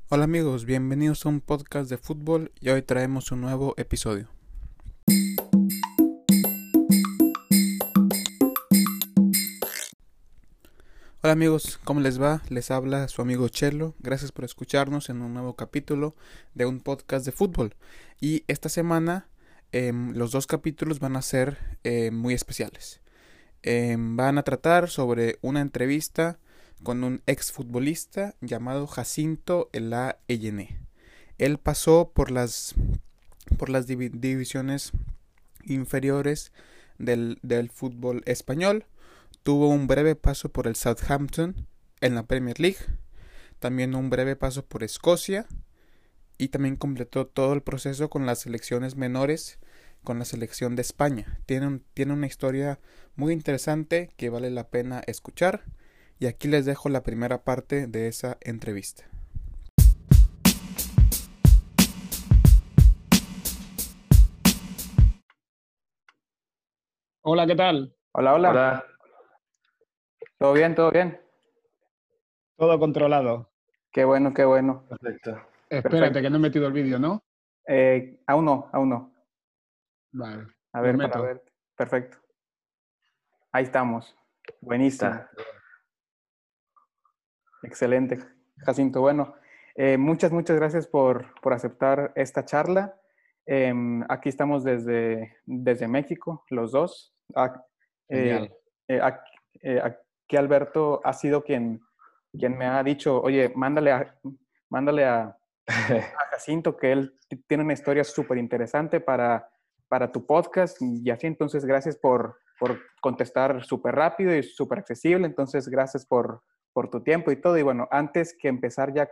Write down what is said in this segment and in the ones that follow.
Hola amigos, bienvenidos a un podcast de fútbol y hoy traemos un nuevo episodio. Hola amigos, ¿cómo les va? Les habla su amigo Chelo. Gracias por escucharnos en un nuevo capítulo de un podcast de fútbol. Y esta semana los dos capítulos van a ser muy especiales. Van a tratar sobre una entrevista con un exfutbolista llamado Jacinto Elá Ellené. Él pasó por las divisiones inferiores del fútbol español. Tuvo un breve paso por el Southampton en la Premier League. También un breve paso por Escocia. Y también completó todo el proceso con las selecciones menores, con la selección de España. Tiene una historia muy interesante que vale la pena escuchar. Y aquí les dejo la primera parte de esa entrevista. Hola, ¿qué tal? Hola, hola. Hola, ¿Todo bien? ¿Todo bien? Todo controlado. Qué bueno, qué bueno. perfecto. Espérate, Perfecto. que no he metido el vídeo, ¿no? Aún no, aún no. Vale, A lo ver, para meto. ver. Perfecto. Ahí estamos. Buenísimo. Está. Excelente, Jacinto. Bueno, muchas gracias por aceptar esta charla. Aquí estamos desde México, los dos. Eh, Genial. Aquí Alberto ha sido quien me ha dicho, oye, mándale a Jacinto, que él tiene una historia súper interesante para tu podcast y así, entonces gracias por contestar súper rápido y súper accesible, entonces gracias por tu tiempo y todo. Y bueno, antes que empezar ya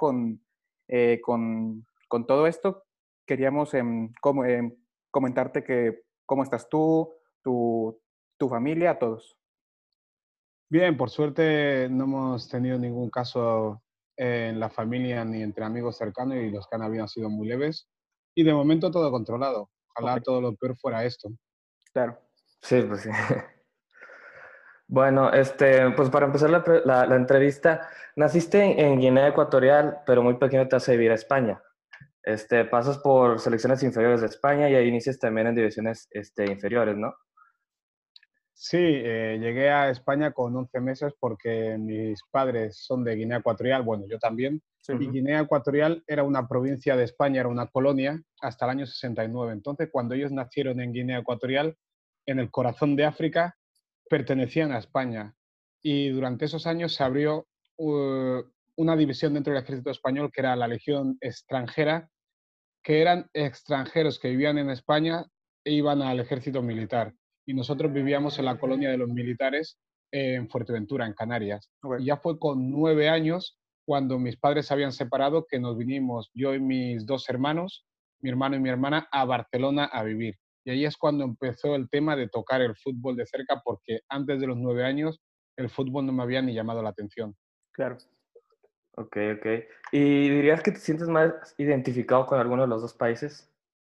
con todo esto, queríamos comentarte que cómo estás tú, tu familia, a todos. Bien, por suerte no hemos tenido ningún caso en la familia ni entre amigos cercanos y los que han habido han sido muy leves. Y de momento todo controlado. Ok, Ojalá todo lo peor fuera esto. claro. Sí, pues sí. Bueno, pues para empezar la entrevista, naciste en Guinea Ecuatorial, pero muy pequeño te hace vivir a España. Pasas por selecciones inferiores de España y ahí inicias también en divisiones inferiores, ¿no? Sí, llegué a España con 11 meses porque mis padres son de Guinea Ecuatorial, bueno, yo también, Sí, y Guinea Ecuatorial era una provincia de España, era una colonia hasta el año 69. Entonces, cuando ellos nacieron en Guinea Ecuatorial, en el corazón de África, pertenecían a España. Y durante esos años se abrió una división dentro del ejército español que era la Legión extranjera, que eran extranjeros que vivían en España e iban al ejército militar. Y nosotros vivíamos en la colonia de los militares en Fuerteventura, en Canarias. ok. Y ya fue con 9 años, cuando mis padres se habían separado, que nos vinimos yo y mis dos hermanos, mi hermano y mi hermana, a Barcelona a vivir. Y ahí es cuando empezó el tema de tocar el fútbol de cerca, porque antes de los 9 años el fútbol no me había ni llamado la atención. Claro. Ok, ok. ¿Y dirías que te sientes más identificado con alguno de los dos países?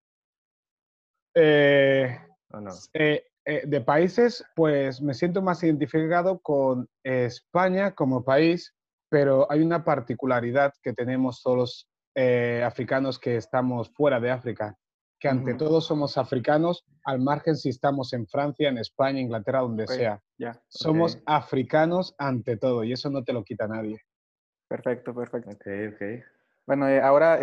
Eh, ¿O no? de países, pues me siento más identificado con España como país, pero hay una particularidad que tenemos todos los africanos que estamos fuera de África, que ante Ujú. todo somos africanos, al margen si estamos en Francia, en España, Inglaterra, donde Ok, sea. ya. Ok, Somos africanos ante todo y eso no te lo quita nadie. Perfecto, perfecto. ok, ok. Bueno, ahora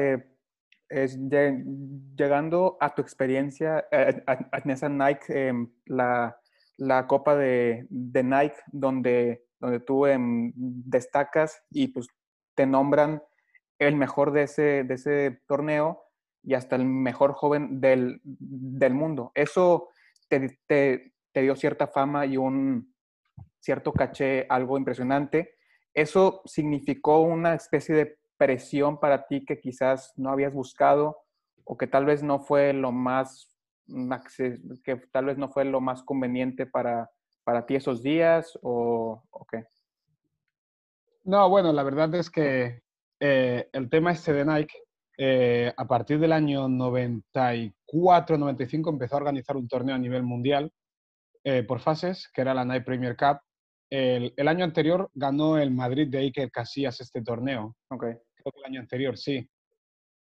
llegando a tu experiencia en esa Nike, la copa de Nike, donde tú destacas y pues te nombran el mejor de ese torneo y hasta el mejor joven del mundo. Eso te dio cierta fama y un cierto caché, algo impresionante. ¿Eso significó una especie de presión para ti que quizás no habías buscado o que tal vez no fue lo más, que tal vez no fue lo más conveniente para ti esos días o qué? No, bueno, la verdad es que el tema este de Nike, a partir del año 94-95 empezó a organizar un torneo a nivel mundial por fases, que era la Nike Premier Cup. El año anterior ganó el Madrid de Iker Casillas este torneo, Ok, creo que el año anterior, sí.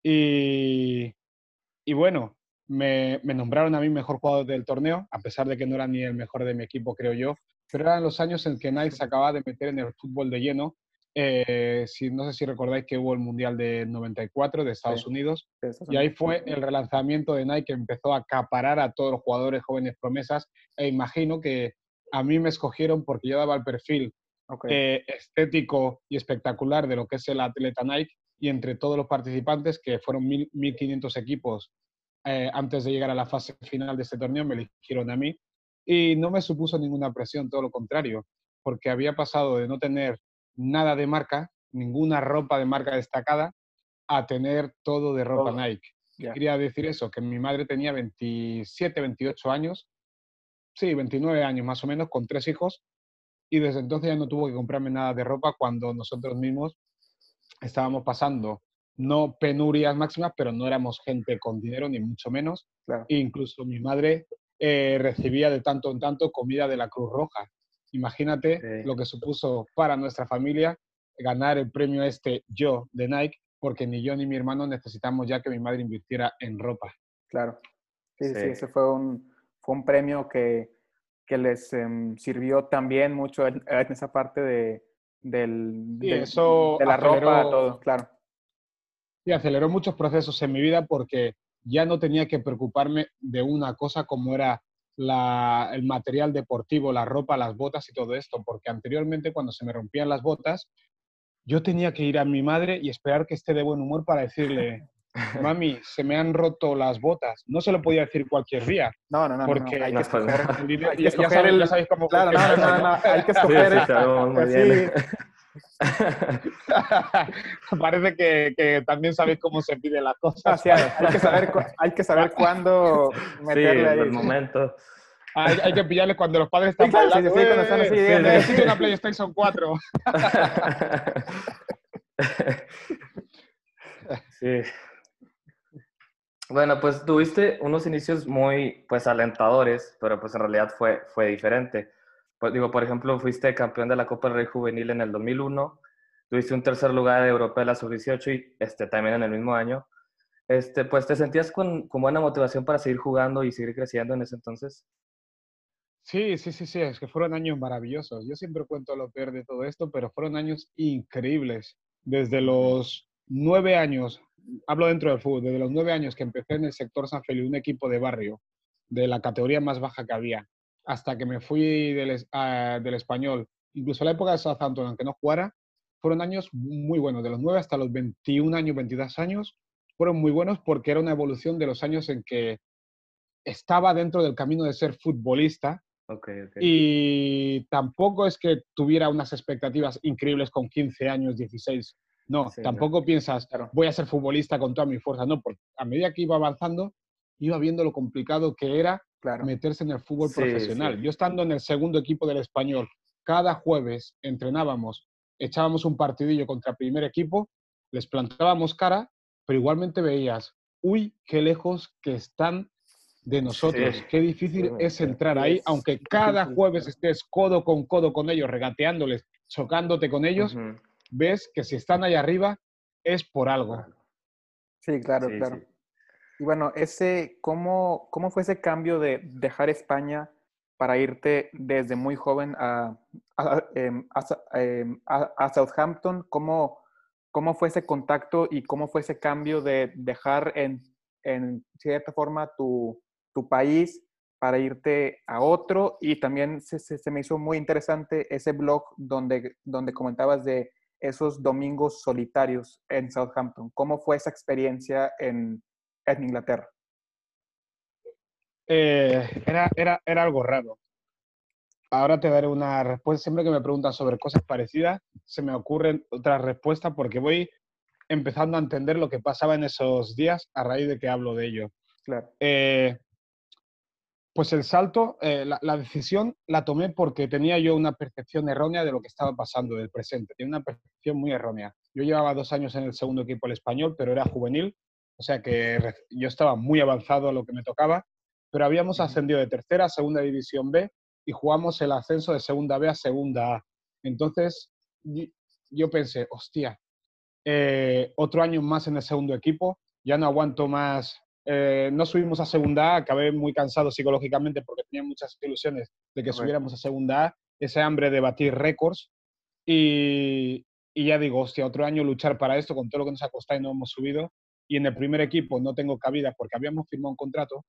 Y, y bueno, me nombraron a mí mejor jugador del torneo, a pesar de que no era ni el mejor de mi equipo, creo yo, pero eran los años en que Nike se acababa de meter en el fútbol de lleno. No sé si recordáis que hubo el Mundial de 94 de Sí, Estados Unidos, de Estados y ahí Unidos. fue el relanzamiento de Nike que empezó a acaparar a todos los jugadores jóvenes promesas, e imagino que a mí me escogieron porque yo daba el perfil Ok, estético y espectacular de lo que es el atleta Nike, y entre todos los participantes, que fueron 1.500 equipos antes de llegar a la fase final de este torneo, me eligieron a mí y no me supuso ninguna presión, todo lo contrario, porque había pasado de no tener nada de marca, ninguna ropa de marca destacada, a tener todo de ropa Todo. Nike. ¿Qué ya, quería decir eso? Que mi madre tenía 27, 28 años, sí, 29 años más o menos, con 3 hijos, y desde entonces ya no tuvo que comprarme nada de ropa cuando nosotros mismos estábamos pasando, no penurias máximas, pero no éramos gente con dinero, ni mucho menos. claro. E incluso mi madre recibía de tanto en tanto comida de la Cruz Roja. Imagínate Sí. lo que supuso para nuestra familia ganar el premio yo de Nike, porque ni yo ni mi hermano necesitamos ya que mi madre invirtiera en ropa. Claro. Sí, sí, sí, Sí. ese fue un premio que les sirvió también mucho en esa parte Y eso de la ropa, todo, claro. aceleró muchos procesos en mi vida porque ya no tenía que preocuparme de una cosa como era el material deportivo, la ropa, las botas y todo esto, porque anteriormente cuando se me rompían las botas, yo tenía que ir a mi madre y esperar que esté de buen humor para decirle, mami, se me han roto las botas. No se lo podía decir cualquier día, No, no, no, no, no, porque hay que No, pues escoger, el dinero, hay que ya escoger sabéis, ya el, sabéis cómo claro, no, funciona no, eso, no, ¿no? no, hay que sí, escoger, sí, sabemos muy bien. sí, Parece que también sabéis cómo se piden las no, cosas. sí, hay que saber cuándo Sí, meterle los ahí, sí. momentos. Hay que pillarles cuando los padres Sí, están claro, sí, sí, bailando. sí, cuando están así, Sí, Necesito una sí. PlayStation 4. Sí. Bueno, pues tuviste unos inicios muy, pues, alentadores, pero pues en realidad fue diferente. Pues digo, por ejemplo, fuiste campeón de la Copa del Rey Juvenil en el 2001, tuviste un tercer lugar de Europea de la Sub-18 y también en el mismo año. Pues te sentías con buena motivación para seguir jugando y seguir creciendo en ese entonces. Sí, sí, sí, sí, es que fueron años maravillosos. Yo siempre cuento lo peor de todo esto, pero fueron años increíbles. Desde Ujú. los 9 años, hablo dentro del fútbol, desde los 9 años que empecé en el sector San Feliu, un equipo de barrio, de la categoría más baja que había, hasta que me fui del español, incluso la época de Southampton, aunque no jugara, fueron años muy buenos. De los 9 hasta los 21 años, 22 años, fueron muy buenos porque era una evolución de los años en que estaba dentro del camino de ser futbolista, Ok, ok. y tampoco es que tuviera unas expectativas increíbles con 15 años, 16. No, Sí, no. tampoco piensas, Claro, voy a ser futbolista con toda mi fuerza. No, porque a medida que iba avanzando, iba viendo lo complicado que era claro. meterse en el fútbol Sí, sí. profesional. Yo estando en el segundo equipo del Español, cada jueves entrenábamos, echábamos un partidillo contra el primer equipo, les plantábamos cara, pero igualmente veías, uy, qué lejos que están de Sí, nosotros. Qué sí, difícil me es imagino. entrar Sí, ahí, es aunque cada difícil, jueves claro. estés codo con ellos, regateándoles, chocándote con ellos, Ujú. ves que si están ahí arriba es por algo. Claro. Sí, claro, Sí, claro. sí. Y bueno, ¿cómo fue ese cambio de dejar España para irte desde muy joven a Southampton? ¿Cómo fue ese contacto y cómo fue ese cambio de dejar en cierta forma tu país para irte a otro? Y también se me hizo muy interesante ese blog donde comentabas de esos domingos solitarios en Southampton. ¿Cómo fue esa experiencia en Inglaterra? Era algo raro. Ahora te daré una respuesta. Siempre que me preguntan sobre cosas parecidas, se me ocurren otras respuestas porque voy empezando a entender lo que pasaba en esos días a raíz de que hablo de ello. Claro. Eh, Pues el salto, la decisión la tomé porque tenía yo una percepción errónea de lo que estaba pasando del presente. Tenía una percepción muy errónea. Yo llevaba 2 años en el segundo equipo del español, pero era juvenil, o sea que yo estaba muy avanzado a lo que me tocaba, pero habíamos Ujú. ascendido de tercera a segunda división B y jugamos el ascenso de segunda B a segunda A. Entonces yo pensé, hostia, otro año más en el segundo equipo, ya no aguanto más. No subimos a segunda A, acabé muy cansado psicológicamente porque tenía muchas ilusiones de que Ok. subiéramos a segunda A, ese hambre de batir récords y ya digo, hostia, otro año luchar para esto con todo lo que nos ha costado y no hemos subido. Y en el primer equipo no tengo cabida porque habíamos firmado un contrato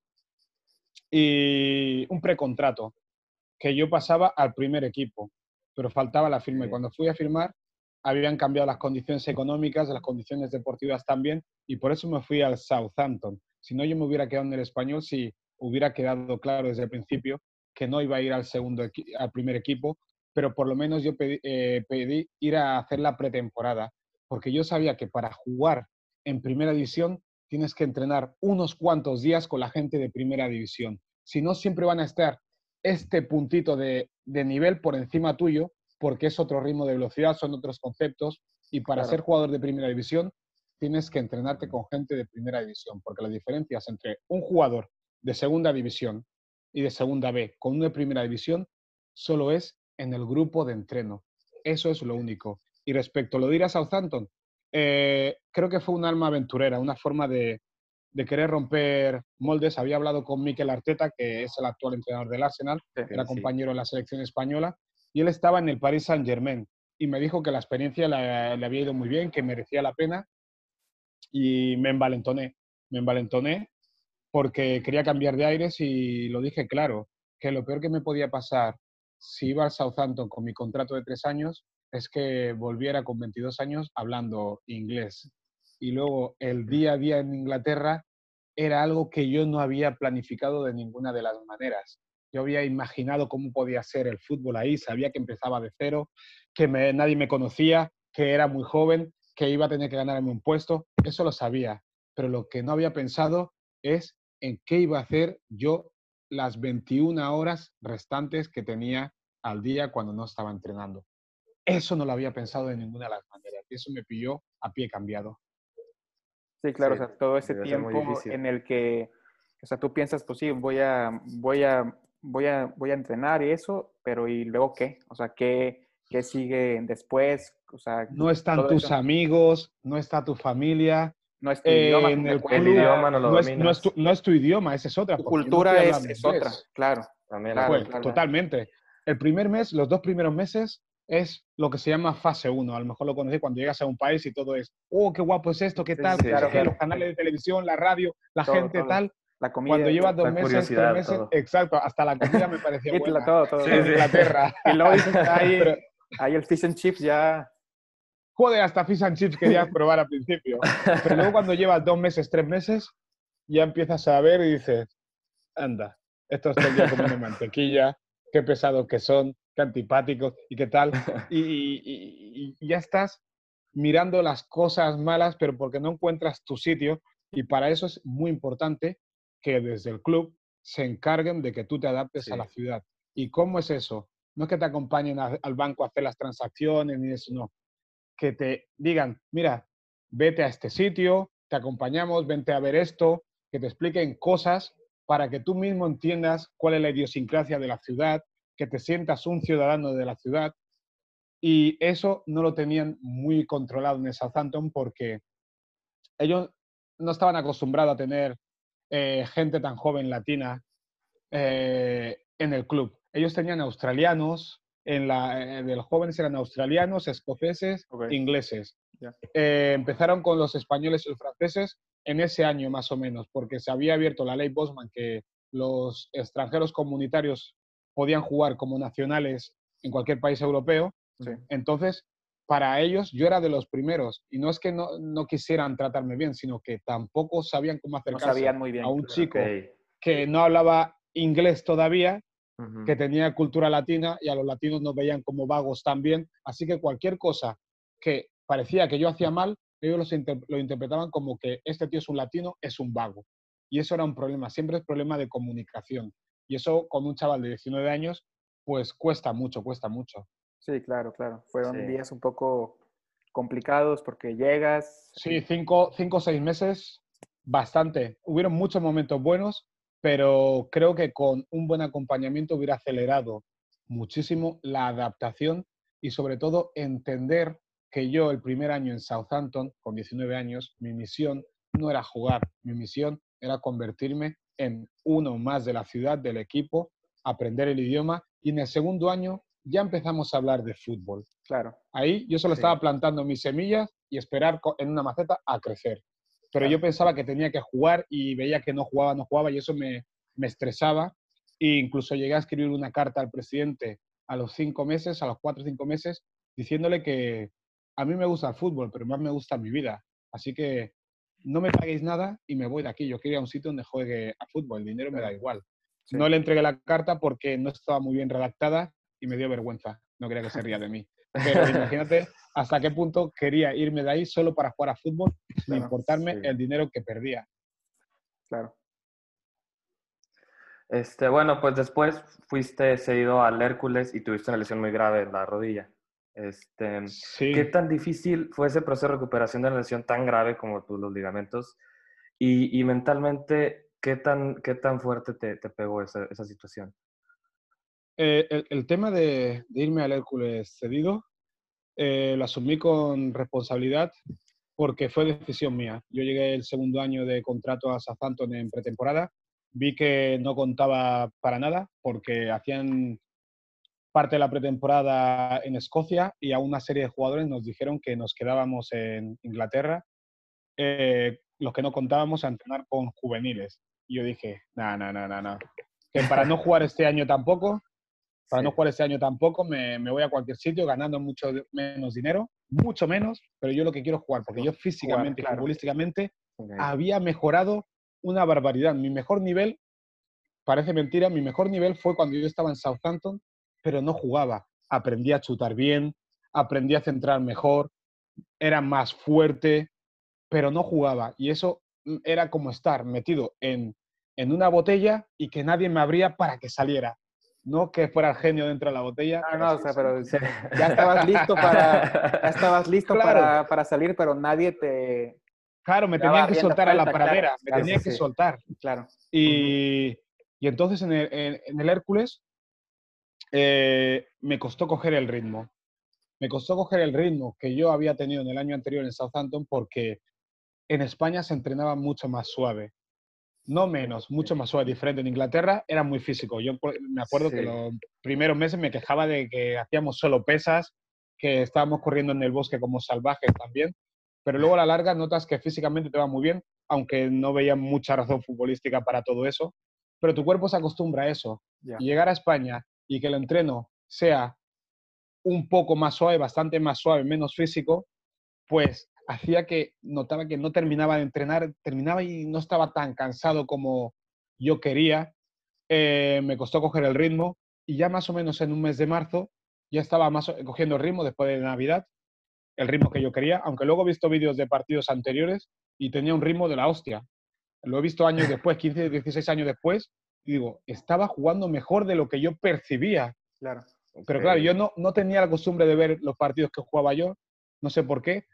y un precontrato que yo pasaba al primer equipo, pero faltaba la firma. Y Sí. cuando fui a firmar, habían cambiado las condiciones económicas, las condiciones deportivas también, y por eso me fui al Southampton. Si no, yo me hubiera quedado en el Español si hubiera quedado claro desde el principio que no iba a ir al primer equipo, pero por lo menos yo pedí ir a hacer la pretemporada, porque yo sabía que para jugar en primera división tienes que entrenar unos cuantos días con la gente de primera división. Si no, siempre van a estar este puntito de nivel por encima tuyo, porque es otro ritmo de velocidad, son otros conceptos, y para Claro. ser jugador de primera división tienes que entrenarte con gente de primera división, porque las diferencias entre un jugador de segunda división y de segunda B con uno de primera división solo es en el grupo de entreno. Eso es lo único. Y respecto a lo de ir a Southampton, creo que fue un alma aventurera, una forma de querer romper moldes. Había hablado con Mikel Arteta, que es el actual entrenador del Arsenal, Sí. era Sí. compañero en la selección española, y él estaba en el Paris Saint-Germain. Y me dijo que la experiencia le había ido muy bien, que merecía la pena, y me envalentoné porque quería cambiar de aires y lo dije claro, que lo peor que me podía pasar si iba al Southampton con mi contrato de 3 años es que volviera con 22 años hablando inglés. Y luego el día a día en Inglaterra era algo que yo no había planificado de ninguna de las maneras. Yo había imaginado cómo podía ser el fútbol ahí, sabía que empezaba de cero, que nadie me conocía, que era muy joven, que iba a tener que ganarme un puesto, eso lo sabía. Pero lo que no había pensado es en qué iba a hacer yo las 21 horas restantes que tenía al día cuando no estaba entrenando. Eso no lo había pensado de ninguna de las maneras y eso me pilló a pie cambiado. Sí, claro, o Sí, sea, todo ese debe ser muy tiempo difícil. en el que, o sea, tú piensas, pues sí, voy a entrenar y eso, pero ¿y luego qué? O sea, ¿qué sigue después? O sea, No están todo tus eso amigos, no está tu familia, no es tu idioma, a fin en de el El club idioma cuentas, no lo dominas no es tu idioma, esa es otra, tu porque yo no estoy cultura hablando es otra, inglés. claro, también la claro, Pues claro. cultura. totalmente. El primer mes, los 2 primeros meses, es lo que se llama fase uno. A lo mejor lo conocí cuando llegas a un país y todo es, oh, qué guapo es esto, qué Sí, sí, tal, sí, qué no sé claro, Sí, qué, los claro. canales de televisión, la radio, la Todo, gente todo. tal. La comida Cuando y llevas todo. dos la meses, 3 curiosidad, meses, todo. exacto, hasta la comida me parecía Sí, buena todo, todo, Sí, en todo. sí. Inglaterra. Y luego dices, ahí, Pero, ahí el fish and chips ya, joder, hasta fish and chips querías probar al principio. Pero luego cuando llevas 2 meses, 3 meses, ya empiezas a ver y dices, anda, estos todo el día comiendo mantequilla, qué pesados que son, qué antipáticos y qué tal. Y ya estás mirando las cosas malas, pero porque no encuentras tu sitio. Y para eso es muy importante que desde el club se encarguen de que tú te adaptes a Sí, la ciudad. ¿Y cómo es eso? No es que te acompañen al banco a hacer las transacciones ni eso, no. Que te digan, mira, vete a este sitio, te acompañamos, vente a ver esto, que te expliquen cosas para que tú mismo entiendas cuál es la idiosincrasia de la ciudad, que te sientas un ciudadano de la ciudad. Y eso no lo tenían muy controlado en el Southampton porque ellos no estaban acostumbrados a tener gente tan joven latina en el club. Ellos tenían australianos, de los jóvenes eran australianos, escoceses, ok, ingleses. ya. Empezaron con los españoles y los franceses en ese año más o menos, porque se había abierto la ley Bosman que los extranjeros comunitarios podían jugar como nacionales en cualquier país europeo. Sí. Entonces, para ellos yo era de los primeros y no es que no quisieran tratarme bien, sino que tampoco sabían cómo No acercarse sabían muy a bien, un claro. ok. chico que no hablaba inglés todavía, Ujú. que tenía cultura latina y a los latinos nos veían como vagos también. Así que cualquier cosa que parecía que yo hacía mal, ellos lo interpretaban como que este tío es un latino, es un vago. Y eso era un problema, siempre es problema de comunicación. Y eso con un chaval de 19 años, pues cuesta mucho, cuesta mucho. Sí, claro, claro. Sí, Fueron días un poco complicados porque llegas Sí, y 5 o 6 meses, bastante. Hubieron muchos momentos buenos, pero creo que con un buen acompañamiento hubiera acelerado muchísimo la adaptación y sobre todo entender que yo el primer año en Southampton, con 19 años, mi misión no era jugar. Mi misión era convertirme en uno más de la ciudad, del equipo, aprender el idioma y en el segundo año ya empezamos a hablar de fútbol. Claro. Ahí yo solo Sí. estaba plantando mis semillas y esperar en una maceta a crecer. Pero Claro. yo pensaba que tenía que jugar y veía que no jugaba y eso me estresaba. E incluso llegué a escribir una carta al presidente a los 5 meses, a los 4 o 5 meses, diciéndole que a mí me gusta el fútbol, pero más me gusta mi vida. Así que no me paguéis nada y me voy de aquí. Yo quiero ir a un sitio donde juegue a fútbol, el dinero me da igual. Sí. No le entregué la carta porque no estaba muy bien redactada y me dio vergüenza. No quería que se ría de mí. Pero imagínate hasta qué punto quería irme de ahí solo para jugar a fútbol, sin Claro, importarme sí. el dinero que perdía. Claro. Bueno, pues después fuiste cedido al Hércules y tuviste una lesión muy grave en la rodilla. ¿Qué Sí. tan difícil fue ese proceso de recuperación de una lesión tan grave como los ligamentos? Y mentalmente, ¿qué tan fuerte te pegó esa situación? El tema de irme al Hércules cedido lo asumí con responsabilidad porque fue decisión mía. Yo llegué el segundo año de contrato a Southampton en pretemporada, vi que no contaba para nada porque hacían parte de la pretemporada en Escocia y a una serie de jugadores nos dijeron que nos quedábamos en Inglaterra, los que no contábamos a entrenar con juveniles. Y yo dije, no, que para no jugar este año tampoco, me voy a cualquier sitio ganando mucho menos dinero, mucho menos, pero yo lo que quiero es jugar, porque yo físicamente y claro. futbolísticamente Okay. había mejorado una barbaridad. Mi mejor nivel, parece mentira, mi mejor nivel fue cuando yo estaba en Southampton, pero no jugaba. Aprendí a chutar bien, aprendí a centrar mejor, era más fuerte, pero no jugaba. Y eso era como estar metido en una botella y que nadie me abría para que saliera. No que fuera el genio dentro de la botella, No, pero no, o sí, sea, sí. pero Sí. ya estabas listo ya estabas listo Claro, para salir, pero nadie te claro, me daba tenían que rienda soltar a la suelta, claro, pradera, me claro, tenían sí, que sí, soltar. claro. Y, y entonces en el Hércules me costó coger el ritmo. Me costó coger el ritmo que yo había tenido en el año anterior en Southampton porque en España se entrenaba mucho más suave. No menos, mucho más suave, diferente. En Inglaterra era muy físico. Yo me acuerdo que Sí. los primeros meses me quejaba de que hacíamos solo pesas, que estábamos corriendo en el bosque como salvajes también, pero luego a la larga notas que físicamente te va muy bien, aunque no veía mucha razón futbolística para todo eso, pero tu cuerpo se acostumbra a eso. Ya. Y llegar a España y que el entreno sea un poco más suave, bastante más suave, menos físico, pues hacía que notaba que no terminaba de entrenar, terminaba y no estaba tan cansado como yo quería. Me costó coger el ritmo y ya más o menos en un mes de marzo ya estaba más cogiendo el ritmo después de Navidad, el ritmo que yo quería, aunque luego he visto vídeos de partidos anteriores y tenía un ritmo de la hostia. Lo he visto años después, 15, 16 años después, y digo, estaba jugando mejor de lo que yo percibía. Claro. Pero claro, yo Okay. no tenía la costumbre de ver los partidos que jugaba yo, no sé por qué,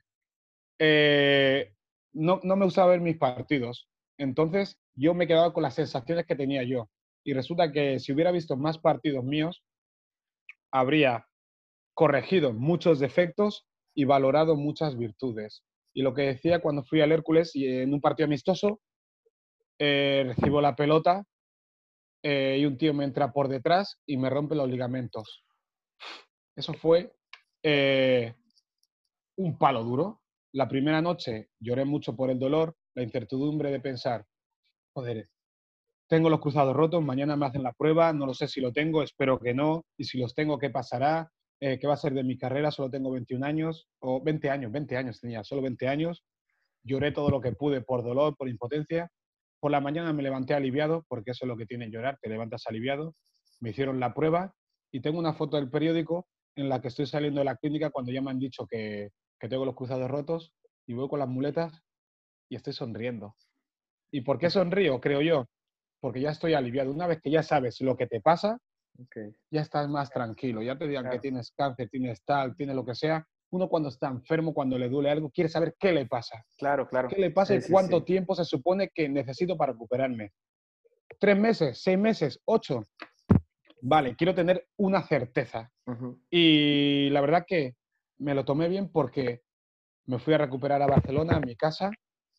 no me gustaba ver mis partidos. Entonces yo me quedaba con las sensaciones que tenía yo. Y resulta que si hubiera visto más partidos míos, habría corregido muchos defectos y valorado muchas virtudes. Y lo que decía cuando fui al Hércules y en un partido amistoso, recibo la pelota y un tío me entra por detrás y me rompe los ligamentos. Eso fue eh, un palo duro. La primera noche lloré mucho por el dolor, la incertidumbre de pensar, joder, tengo los cruzados rotos, mañana me hacen la prueba, no lo sé si lo tengo, espero que no, y si los tengo, ¿qué pasará? ¿Qué va a ser de mi carrera? Solo tengo 21 años, o 20 años tenía, solo 20 años. Lloré todo lo que pude por dolor, por impotencia. Por la mañana me levanté aliviado, porque eso es lo que tiene llorar, te levantas aliviado. Me hicieron la prueba y tengo una foto del periódico en la que estoy saliendo de la clínica cuando ya me han dicho que tengo los cruzados rotos y voy con las muletas y estoy sonriendo. ¿Y por qué sonrío? Creo yo. Porque ya estoy aliviado. Una vez que ya sabes lo que te pasa, Okay. ya estás más tranquilo. Ya te digan que Claro. tienes cáncer, tienes tal, tienes lo que sea. Uno cuando está enfermo, cuando le duele algo, quiere saber qué le pasa. Claro, claro. ¿Qué le pasa Sí, y sí, cuánto sí. tiempo se supone que necesito para recuperarme? 3 meses, 6 meses, 8. Vale, quiero tener una certeza. Ujú. Y la verdad que me lo tomé bien porque me fui a recuperar a Barcelona, a mi casa,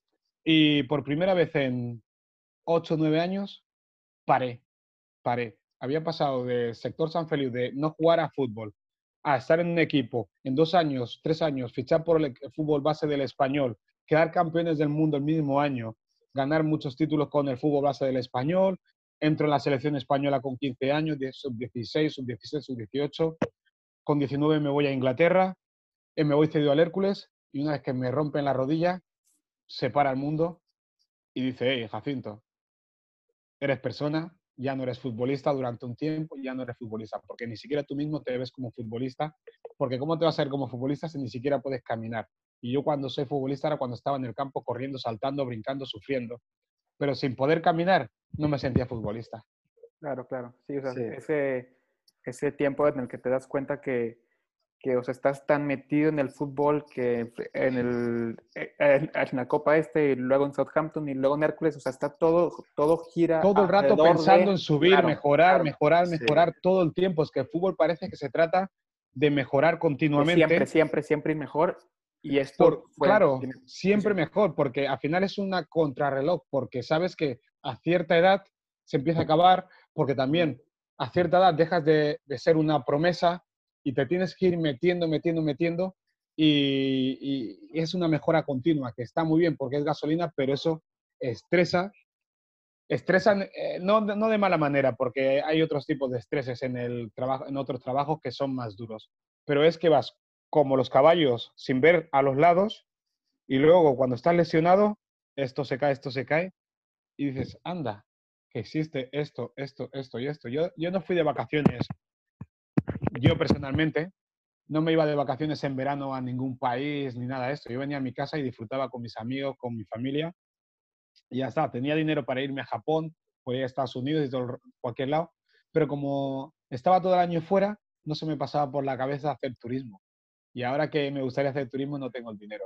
Y por primera vez en 8 o 9 años, paré. Había pasado del sector San Feliu de no jugar a fútbol a estar en un equipo en 2 años, 3 años, fichar por el fútbol base del Español, quedar campeones del mundo el mismo año, ganar muchos títulos con el fútbol base del Español, entro en la selección española con 15 años, sub-16, sub-16, sub-18, con 19 me voy a Inglaterra, me voy cedido al Hércules y una vez que me rompen la rodilla, se para el mundo y dice, hey, Jacinto, eres persona, ya no eres futbolista durante un tiempo, ya no eres futbolista, porque ni siquiera tú mismo te ves como futbolista, porque ¿cómo te vas a ver como futbolista si ni siquiera puedes caminar? Y yo cuando soy futbolista era cuando estaba en el campo corriendo, saltando, brincando, sufriendo, pero sin poder caminar no me sentía futbolista. Claro, claro. Sí, o sea, Sí. ese tiempo en el que te das cuenta o sea, estás tan metido en el fútbol que en la Copa y luego en Southampton y luego en Hércules, o sea, todo gira Todo el rato alrededor pensando de, en subir, claro, mejorar, claro, mejorar, Sí. mejorar todo el tiempo. Es que el fútbol parece que se trata de mejorar de continuamente. siempre ir mejor. Y esto Por, fue, claro, sí, sí, siempre mejor, porque al final es una contrarreloj, porque sabes que a cierta edad se empieza a acabar, porque también a cierta edad dejas de ser una promesa y te tienes que ir metiendo, metiendo, metiendo, y es una mejora continua, que está muy bien porque es gasolina, pero eso estresa, estresan, no de mala manera, porque hay otros tipos de estreses en el trabajo, en otros trabajos que son más duros, pero es que vas como los caballos sin ver a los lados y luego cuando estás lesionado, esto se cae y dices, anda, que existe esto y esto. Yo no fui de vacaciones, yo personalmente no me iba de vacaciones en verano a ningún país ni nada de esto. Yo venía a mi casa y disfrutaba con mis amigos, con mi familia y ya está. Tenía dinero para irme a Japón, podía ir a Estados Unidos y todo, cualquier lado, pero como estaba todo el año fuera, no se me pasaba por la cabeza hacer turismo. Y ahora que me gustaría hacer turismo, no tengo el dinero.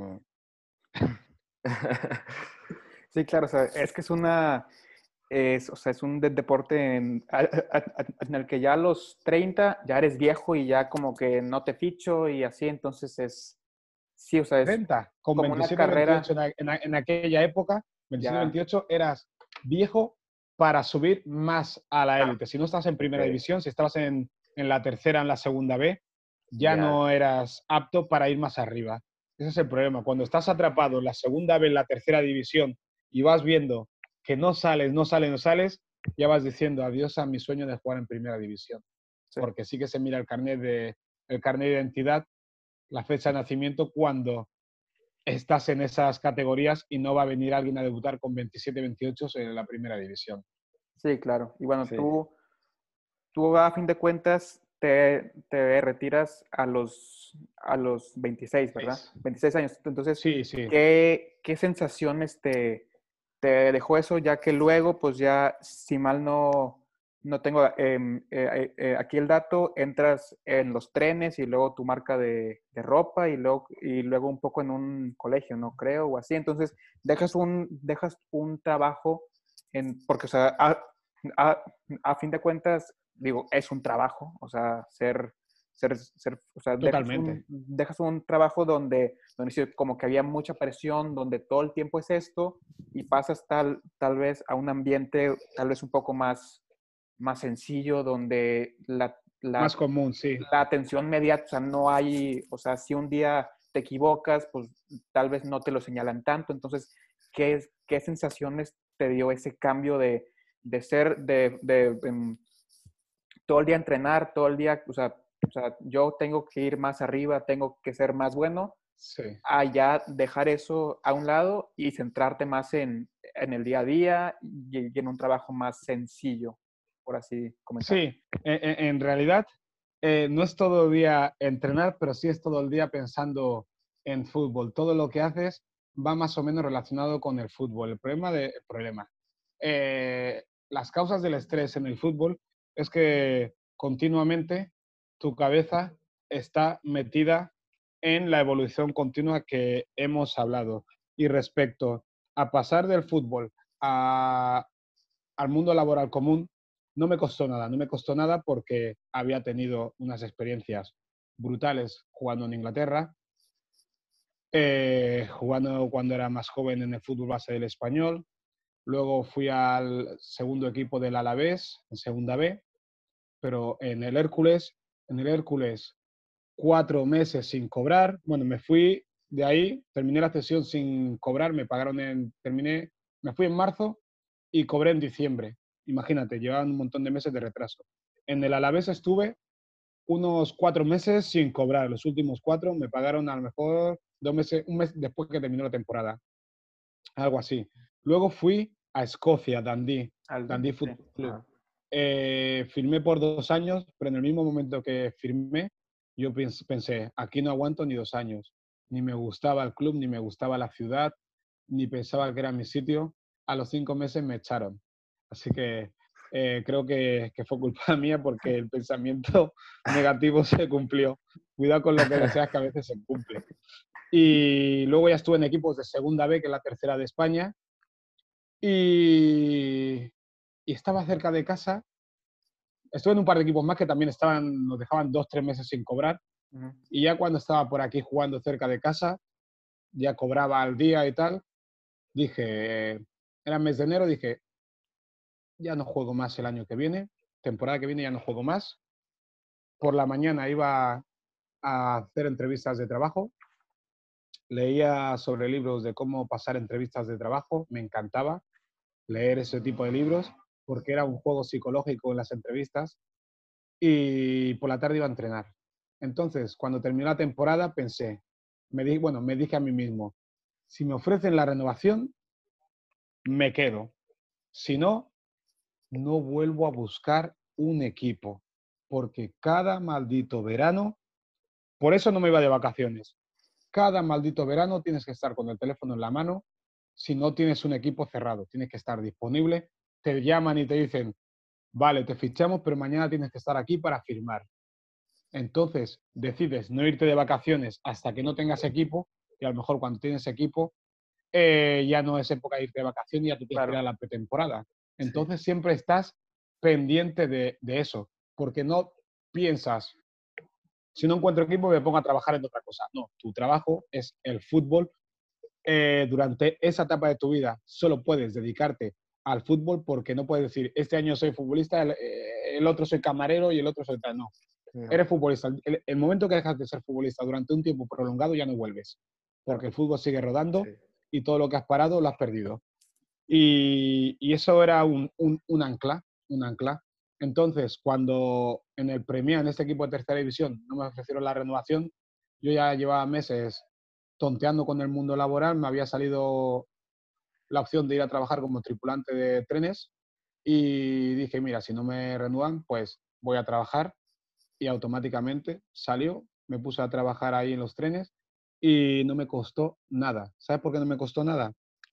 sí, claro, o sea, es que o sea, es un deporte en el que ya a los 30 ya eres viejo y ya como que no te ficho y así, entonces sí, o sea, es 30, con como una 27, carrera, 28 en aquella época, 27, ya, 28, eras viejo para subir más a la claro, élite. Si no estás en primera Sí, división, si estabas en la tercera, en la segunda B, ya ya. no eras apto para ir más arriba. Ese es el problema. Cuando estás atrapado en la segunda B, en la tercera división, y vas viendo que no sales, no sales, no sales, ya vas diciendo adiós a mi sueño de jugar en primera división. sí, Porque sí que se mira el carnet de identidad, la fecha de nacimiento, cuando estás en esas categorías y no va a venir alguien a debutar con 27, 28 en la primera división. sí, claro. Y bueno, Sí. tú a fin de cuentas te retiras a los 26, ¿verdad? 26 años. Entonces, Sí, sí. ¿qué sensaciones te dejó eso? Ya que luego, pues ya, si mal no tengo aquí el dato, entras en los trenes y luego tu marca de ropa y luego un poco en un colegio, ¿no? Creo, o así. Entonces, dejas un trabajo porque, o sea, a, a fin de cuentas, digo, es un trabajo, o sea, o sea, Totalmente. dejas un trabajo donde sí, como que había mucha presión, donde todo el tiempo es esto, y pasas tal vez a un ambiente tal vez un poco más sencillo, donde Más común, sí. la atención mediática, o sea, no hay, o sea, si un día te equivocas, pues tal vez no te lo señalan tanto, entonces, ¿qué sensaciones te dio ese cambio de ser, todo el día entrenar, todo el día, o sea, yo tengo que ir más arriba, tengo que ser más bueno, Sí. a ya dejar eso a un lado y centrarte más en el día a día y en un trabajo más sencillo, por así comentar. Sí, en realidad no es todo el día entrenar, pero sí es todo el día pensando en fútbol. Todo lo que haces va más o menos relacionado con el fútbol. El problema. Las causas del estrés en el fútbol es que continuamente tu cabeza está metida en la evolución continua que hemos hablado. Y respecto a pasar del fútbol a, al mundo laboral común, no me costó nada porque había tenido unas experiencias brutales jugando en Inglaterra, jugando cuando era más joven en el fútbol base del Español. Luego fui al segundo equipo del Alavés, en Segunda B, pero en el Hércules 4 meses sin cobrar. Bueno, me fui de ahí, terminé la sesión sin cobrar, me fui en marzo y cobré en diciembre. Imagínate, llevaban un montón de meses de retraso. En el Alavés estuve unos 4 meses sin cobrar. Los últimos 4 me pagaron a lo mejor 2 meses, un mes después que terminó la temporada. Algo así. Luego fui a Escocia, Dundee Sí. Football Club. Firmé por 2 años, pero en el mismo momento que firmé, yo pensé, aquí no aguanto ni 2 años. Ni me gustaba el club, ni me gustaba la ciudad, ni pensaba que era mi sitio. A los 5 meses me echaron. Así que creo que fue culpa mía porque el pensamiento negativo se cumplió. Cuidado con lo que deseas, que a veces se cumple. Y luego ya estuve en equipos de Segunda B, que es la tercera de España, y, y estaba cerca de casa. Estuve en un par de equipos más que también nos dejaban 2, 3 meses sin cobrar. Ujú. Y ya cuando estaba por aquí jugando cerca de casa, ya cobraba al día y tal, dije, era mes de enero, dije, ya no juego más el año que viene, temporada que viene ya no juego más. Por la mañana iba a hacer entrevistas de trabajo, leía sobre libros de cómo pasar entrevistas de trabajo, me encantaba leer ese tipo de libros porque era un juego psicológico en las entrevistas, y por la tarde iba a entrenar. Entonces, cuando terminó la temporada, me dije a mí mismo, si me ofrecen la renovación, me quedo. Si no, no vuelvo a buscar un equipo, porque cada maldito verano, por eso no me iba de vacaciones, cada maldito verano tienes que estar con el teléfono en la mano si no tienes un equipo cerrado, tienes que estar disponible, te llaman y te dicen, vale, te fichamos, pero mañana tienes que estar aquí para firmar. Entonces decides no irte de vacaciones hasta que no tengas equipo, y a lo mejor cuando tienes equipo ya no es época de irte de vacaciones y ya te tienes que ir a Claro. la pretemporada. Sí. Entonces siempre estás pendiente de eso, porque no piensas, si no encuentro equipo me pongo a trabajar en otra cosa. No, tu trabajo es el fútbol. Durante esa etapa de tu vida solo puedes dedicarte al fútbol, porque no puedes decir, este año soy futbolista, el otro soy camarero y el otro soy tal. No, No. eres futbolista. El momento que dejas de ser futbolista durante un tiempo prolongado ya no vuelves, porque el fútbol sigue rodando Sí. y todo lo que has parado lo has perdido. Y eso era un ancla, un ancla. Entonces, cuando en el Premier, en este equipo de tercera división, no me ofrecieron la renovación, yo ya llevaba meses tonteando con el mundo laboral, me había salido la opción de ir a trabajar como tripulante de trenes y dije, mira, si no me renuevan, pues voy a trabajar, y automáticamente salió, me puse a trabajar ahí en los trenes y no me costó nada. ¿Sabes por qué no me costó nada?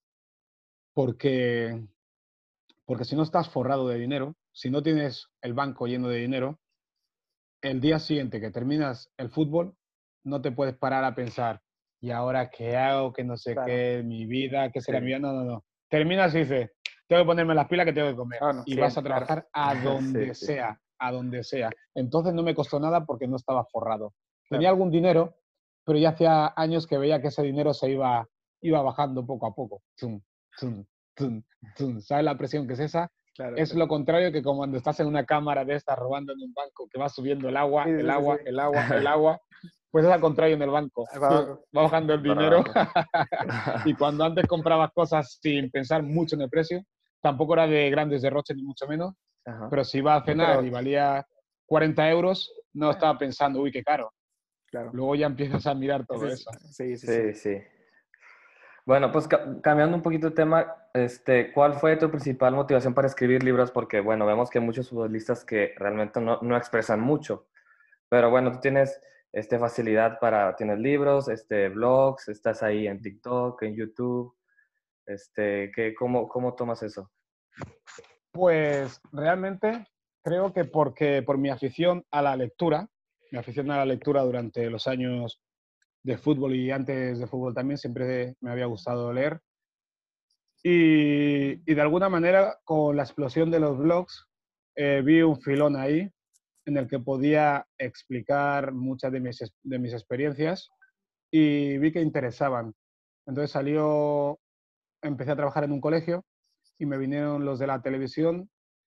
Porque, porque si no estás forrado de dinero, si no tienes el banco lleno de dinero, el día siguiente que terminas el fútbol, no te puedes parar a pensar, ¿y ahora qué hago? ¿Qué no sé Claro. qué? ¿Mi vida? ¿Qué será mi Sí. vida? No, no, no. Terminas y dices, tengo que ponerme las pilas, que tengo que comer. Ah, no, Y sí, vas a claro. trabajar a Sí, donde sí. sea, a donde sea. Entonces no me costó nada porque no estaba forrado. Tenía Claro. algún dinero, pero ya hacía años que veía que ese dinero iba bajando poco a poco. Tum, tum, tum, tum. ¿Sabes la presión que es esa? Claro, Es claro. lo contrario que como cuando estás en una cámara de estas robando en un banco, que va subiendo el agua, Sí, el sí, sí, sí. agua, el agua, el agua. Pues es al contrario en el banco. Ahí va abajo. Va bajando el Para dinero. abajo. Y cuando antes comprabas cosas sin pensar mucho en el precio, tampoco era de grandes derroches ni mucho menos, Ajá. pero si iba a Sí, cenar y pero, valía 40 euros, no estaba pensando, uy, qué caro. claro. Luego ya empiezas a mirar todo Sí, eso. sí, sí, sí. Sí, sí. Bueno, pues cambiando un poquito de tema, ¿cuál fue tu principal motivación para escribir libros? Porque, bueno, vemos que hay muchos futbolistas que realmente no expresan mucho, pero bueno, tú tienes facilidad tienes libros, blogs, estás ahí en TikTok, en YouTube, ¿cómo tomas eso? Pues realmente creo que porque por mi afición a la lectura durante los años de fútbol y antes de fútbol también, siempre me había gustado leer. Y de alguna manera, con la explosión de los blogs, vi un filón ahí en el que podía explicar muchas de mis experiencias. y vi que interesaban. Entonces empecé a trabajar en un colegio y me vinieron los de la televisión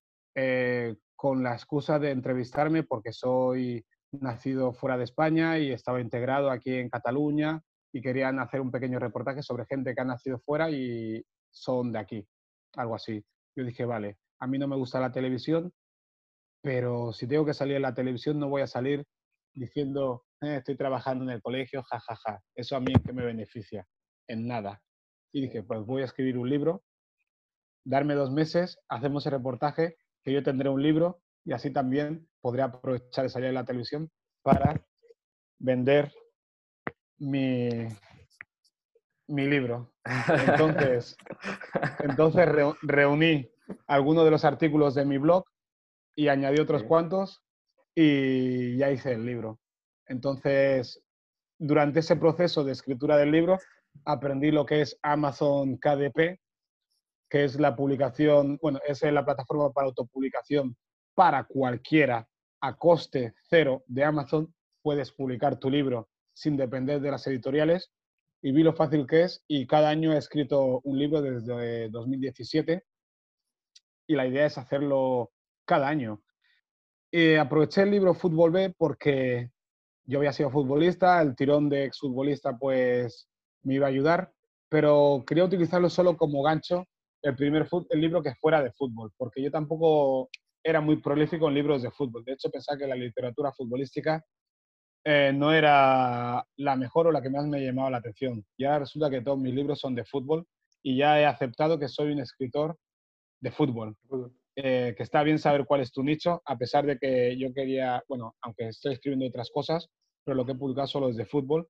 con la excusa de entrevistarme porque soy nacido fuera de España y estaba integrado aquí en Cataluña y querían hacer un pequeño reportaje sobre gente que ha nacido fuera y son de aquí, algo así. Yo dije, vale, a mí no me gusta la televisión, pero si tengo que salir en la televisión no voy a salir diciendo, estoy trabajando en el colegio, jajaja. Ja, ja". Eso a mí en qué me beneficia, en nada. Y dije, pues voy a escribir un libro, darme 2 meses, hacemos el reportaje, que yo tendré un libro y así también podré aprovechar de salir en la televisión para vender mi, mi libro. Entonces, entonces reuní algunos de los artículos de mi blog y añadí otros Sí. cuantos y ya hice el libro. Entonces, durante ese proceso de escritura del libro, aprendí lo que es Amazon KDP, que es la publicación, bueno, es la plataforma para autopublicación para cualquiera a coste cero de Amazon. Puedes publicar tu libro sin depender de las editoriales y vi lo fácil que es y cada año he escrito un libro desde 2017 y la idea es hacerlo cada año. Aproveché el libro Fútbol B porque yo había sido futbolista, el tirón de exfutbolista pues me iba a ayudar, pero quería utilizarlo solo como gancho el libro que fuera de fútbol, porque yo tampoco era muy prolífico en libros de fútbol. De hecho, pensaba que la literatura futbolística no era la mejor o la que más me llamaba la atención. Y ahora resulta que todos mis libros son de fútbol y ya he aceptado que soy un escritor de fútbol. Que está bien saber cuál es tu nicho, a pesar de que yo quería, bueno, aunque estoy escribiendo otras cosas, pero lo que he publicado solo es de fútbol.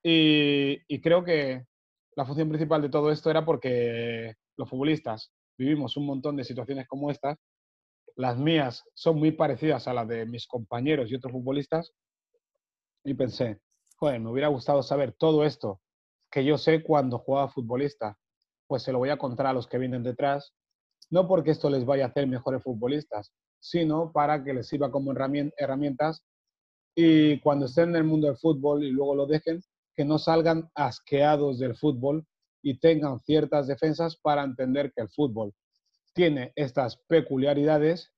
Y creo que la función principal de todo esto era porque los futbolistas vivimos un montón de situaciones como estas. Las mías son muy parecidas a las de mis compañeros y otros futbolistas. Y pensé, joder, me hubiera gustado saber todo esto que yo sé cuando jugaba futbolista. Pues se lo voy a contar a los que vienen detrás, no porque esto les vaya a hacer mejores futbolistas, sino para que les sirva como herramientas y cuando estén en el mundo del fútbol y luego lo dejen, que no salgan asqueados del fútbol y tengan ciertas defensas para entender que el fútbol tiene estas peculiaridades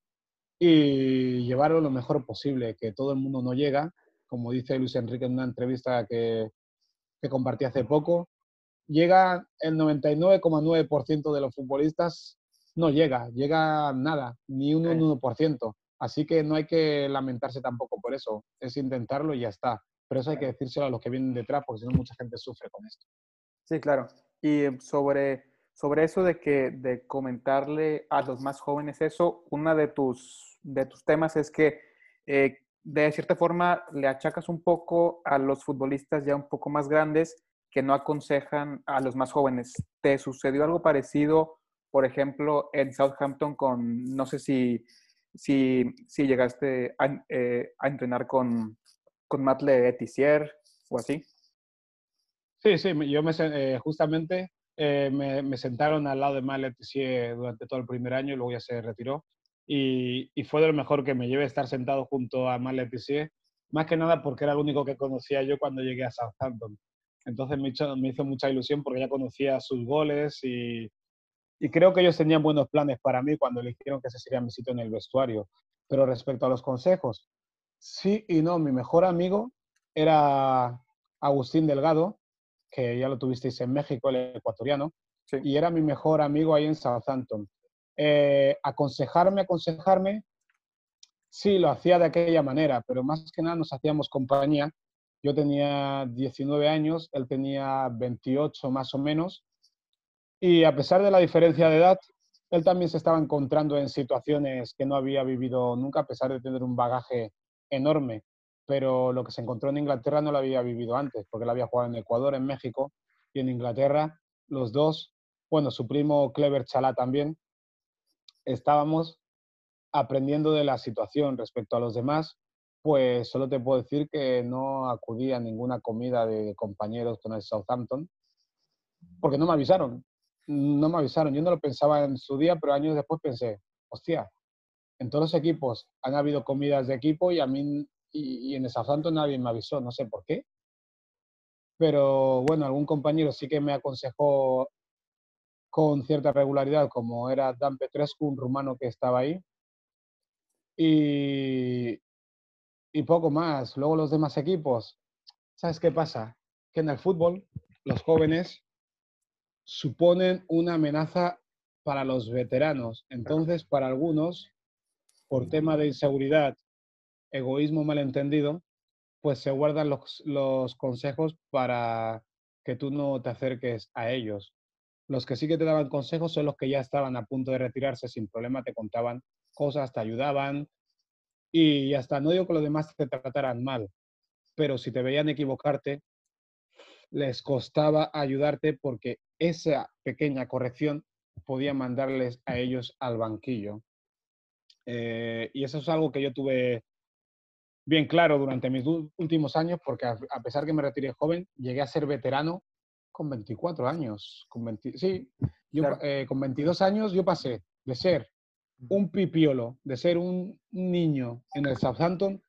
y llevarlo lo mejor posible, que todo el mundo no llega, como dice Luis Enrique en una entrevista que compartí hace poco, llega el 99,9% de los futbolistas, no llega nada, ni un Sí. 1%. Así que no hay que lamentarse tampoco por eso, es intentarlo y ya está. Pero eso hay que decírselo a los que vienen detrás, porque si no mucha gente sufre con esto. Sí, claro. Y sobre eso de comentarle a los más jóvenes eso, uno de tus temas es que de cierta forma le achacas un poco a los futbolistas ya un poco más grandes que no aconsejan a los más jóvenes. ¿Te sucedió algo parecido, por ejemplo, en Southampton no sé si llegaste a entrenar con Matt Le Tissier o así? Sí, sí, yo justamente me sentaron al lado de Matt Letizier durante todo el primer año y luego ya se retiró. Y fue de lo mejor que me llevé estar sentado junto a Matt Letizier, más que nada porque era el único que conocía yo cuando llegué a Southampton. Entonces me hizo mucha ilusión porque ya conocía sus goles y creo que ellos tenían buenos planes para mí cuando eligieron que ese sería mi sitio en el vestuario. Pero respecto a los consejos, sí y no. Mi mejor amigo era Agustín Delgado, que ya lo tuvisteis en México, el ecuatoriano, Sí. y era mi mejor amigo ahí en Southampton. Aconsejarme, sí, lo hacía de aquella manera, pero más que nada nos hacíamos compañía. Yo tenía 19 años, él tenía 28 más o menos, y a pesar de la diferencia de edad, él también se estaba encontrando en situaciones que no había vivido nunca, a pesar de tener un bagaje enorme. Pero lo que se encontró en Inglaterra no lo había vivido antes, porque él había jugado en Ecuador, en México y en Inglaterra. Los dos, bueno, su primo Clever Chalá también, estábamos aprendiendo de la situación respecto a los demás. Pues solo te puedo decir que no acudí a ninguna comida de compañeros con el Southampton, porque no me avisaron. No me avisaron. Yo no lo pensaba en su día, pero años después pensé, hostia, en todos los equipos han habido comidas de equipo y a mí y en el Southampton nadie me avisó, no sé por qué. pero bueno, algún compañero sí que me aconsejó con cierta regularidad, como era Dan Petrescu, un rumano que estaba ahí, y, y poco más. Luego los demás equipos, ¿sabes qué pasa? Que en el fútbol los jóvenes suponen una amenaza para los veteranos. Entonces, para algunos, por tema de inseguridad, egoísmo malentendido, pues se guardan los consejos para que tú no te acerques a ellos. Los que sí que te daban consejos son los que ya estaban a punto de retirarse sin problema, te contaban cosas, te ayudaban y hasta no digo que los demás te trataran mal, pero si te veían equivocarte, les costaba ayudarte porque esa pequeña corrección podía mandarles a ellos al banquillo. Y eso es algo que yo tuve bien claro durante mis últimos años, porque a pesar que me retiré joven, llegué a ser veterano con 24 años. Sí, yo, Claro. con 22 años yo pasé de ser un pipiolo, de ser un niño en el Southampton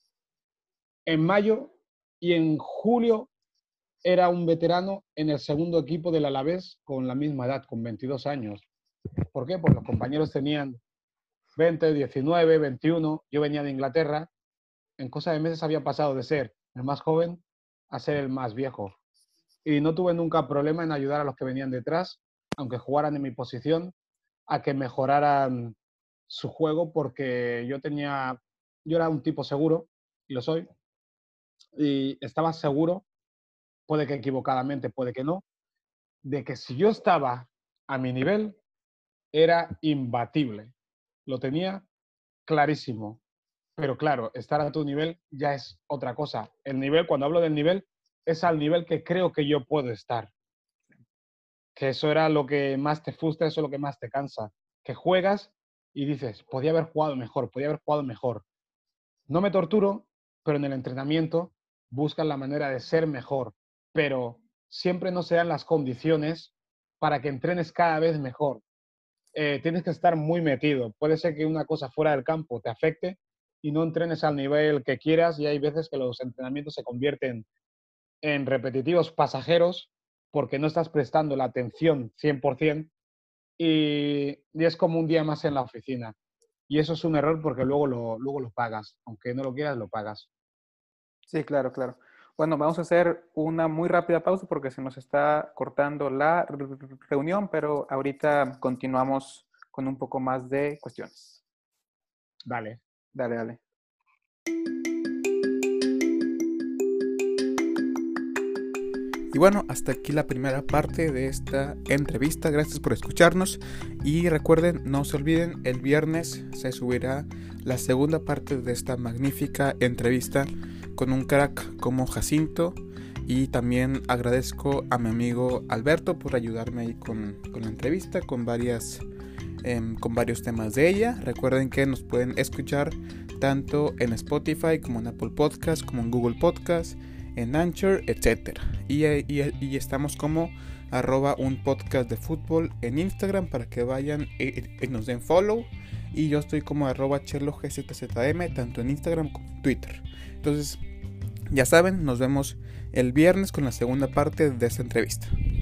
en mayo y en julio era un veterano en el segundo equipo del Alavés con la misma edad, con 22 años. ¿Por qué? Porque los compañeros tenían 20, 19, 21. Yo venía de Inglaterra. En cosa de meses había pasado de ser el más joven a ser el más viejo. Y no tuve nunca problema en ayudar a los que venían detrás, aunque jugaran en mi posición, a que mejoraran su juego, porque yo era un tipo seguro, y lo soy, y estaba seguro, puede que equivocadamente, puede que no, de que si yo estaba a mi nivel, era imbatible. Lo tenía clarísimo. Pero claro, estar a tu nivel ya es otra cosa. El nivel, cuando hablo del nivel, es al nivel que creo que yo puedo estar. Que eso era lo que más te frustra, eso es lo que más te cansa. Que juegas y dices, podía haber jugado mejor, podía haber jugado mejor. No me torturo, pero en el entrenamiento buscan la manera de ser mejor. Pero siempre no se dan las condiciones para que entrenes cada vez mejor. Tienes que estar muy metido. Puede ser que una cosa fuera del campo te afecte y no entrenes al nivel que quieras, y hay veces que los entrenamientos se convierten en repetitivos pasajeros porque no estás prestando la atención 100% y es como un día más en la oficina. Y eso es un error porque luego lo pagas. Aunque no lo quieras, lo pagas. Sí, claro, claro. Bueno, vamos a hacer una muy rápida pausa porque se nos está cortando la reunión, pero ahorita continuamos con un poco más de cuestiones. Dale. Dale, dale. Y bueno, hasta aquí la primera parte de esta entrevista. Gracias por escucharnos. Y recuerden, no se olviden, el viernes se subirá la segunda parte de esta magnífica entrevista con un crack como Jacinto. Y también agradezco a mi amigo Alberto por ayudarme ahí con la entrevista, con varios temas de ella. Recuerden que nos pueden escuchar tanto en Spotify como en Apple Podcast, como en Google Podcast, en Anchor, etc. Y estamos como @un podcast de fútbol en Instagram para que vayan y nos den follow. Y yo estoy como @chelogzzm tanto en Instagram como en Twitter. Entonces, ya saben, nos vemos el viernes con la segunda parte de esta entrevista.